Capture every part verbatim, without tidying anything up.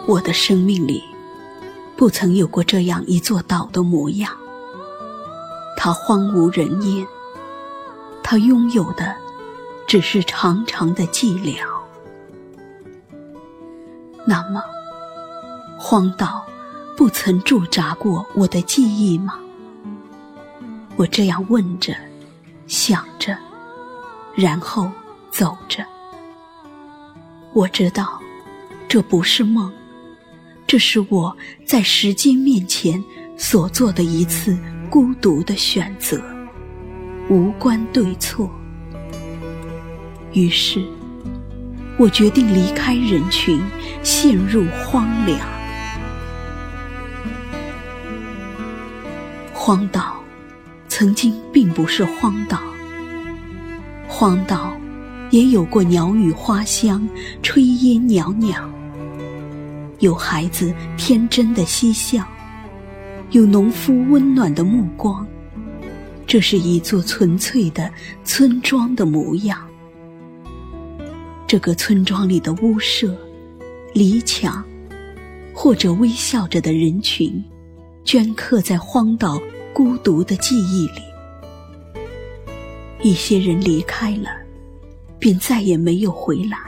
我的生命里不曾有过这样一座岛的模样，它荒无人烟，它拥有的只是长长的寂寥。那么荒岛不曾驻扎过我的记忆吗？我这样问着，想着，然后走着。我知道这不是梦，这是我在时间面前所做的一次孤独的选择，无关对错。于是我决定离开人群，陷入荒凉。荒岛曾经并不是荒岛，荒岛也有过鸟语花香，炊烟袅袅，有孩子天真的嬉笑，有农夫温暖的目光。这是一座纯粹的村庄的模样。这个村庄里的屋舍、篱墙，或者微笑着的人群，镌刻在荒岛孤独的记忆里。一些人离开了，便再也没有回来。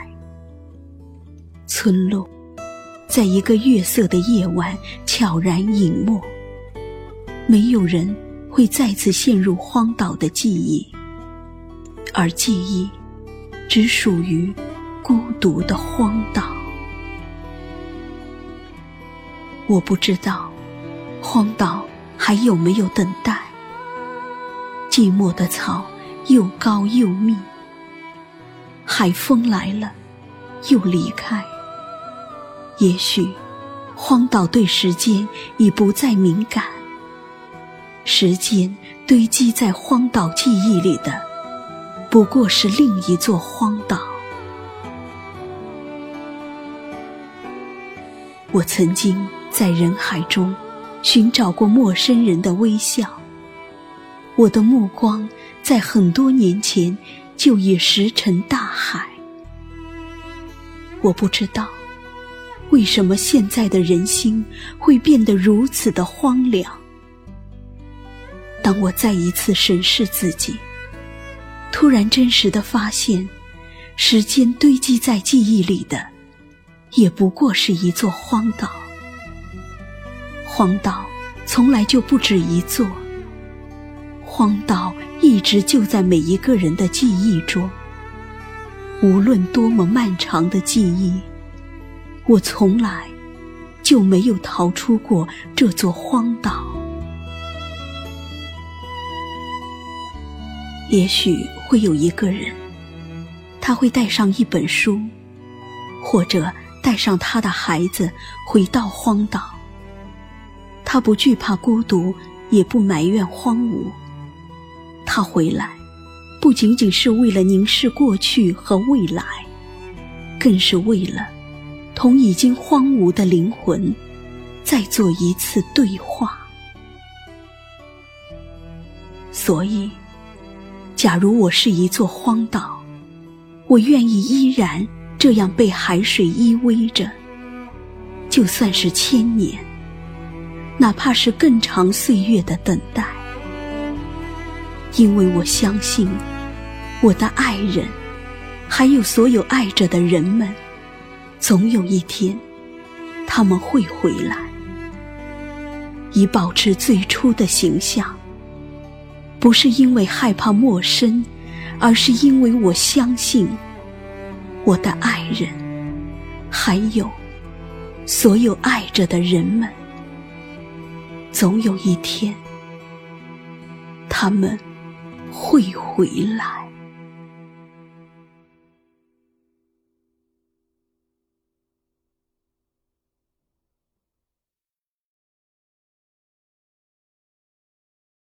村落在一个月色的夜晚悄然隐没，没有人会再次陷入荒岛的记忆，而记忆只属于孤独的荒岛。我不知道荒岛还有没有等待。寂寞的草又高又密，海风来了又离开。也许荒岛对时间已不再敏感，时间堆积在荒岛记忆里的不过是另一座荒岛。我曾经在人海中寻找过陌生人的微笑，我的目光在很多年前就已石沉大海。我不知道为什么现在的人心会变得如此的荒凉。当我再一次审视自己，突然真实地发现，时间堆积在记忆里的也不过是一座荒岛。荒岛从来就不止一座，荒岛一直就在每一个人的记忆中。无论多么漫长的记忆，我从来就没有逃出过这座荒岛。也许会有一个人，他会带上一本书，或者带上他的孩子回到荒岛。他不惧怕孤独，也不埋怨荒芜。他回来不仅仅是为了凝视过去和未来，更是为了同已经荒芜的灵魂再做一次对话。所以假如我是一座荒岛，我愿意依然这样被海水依偎着，就算是千年，哪怕是更长岁月的等待。因为我相信我的爱人，还有所有爱着的人们，总有一天他们会回来，以保持最初的形象。不是因为害怕陌生，而是因为我相信我的爱人，还有所有爱着的人们，总有一天他们会回来。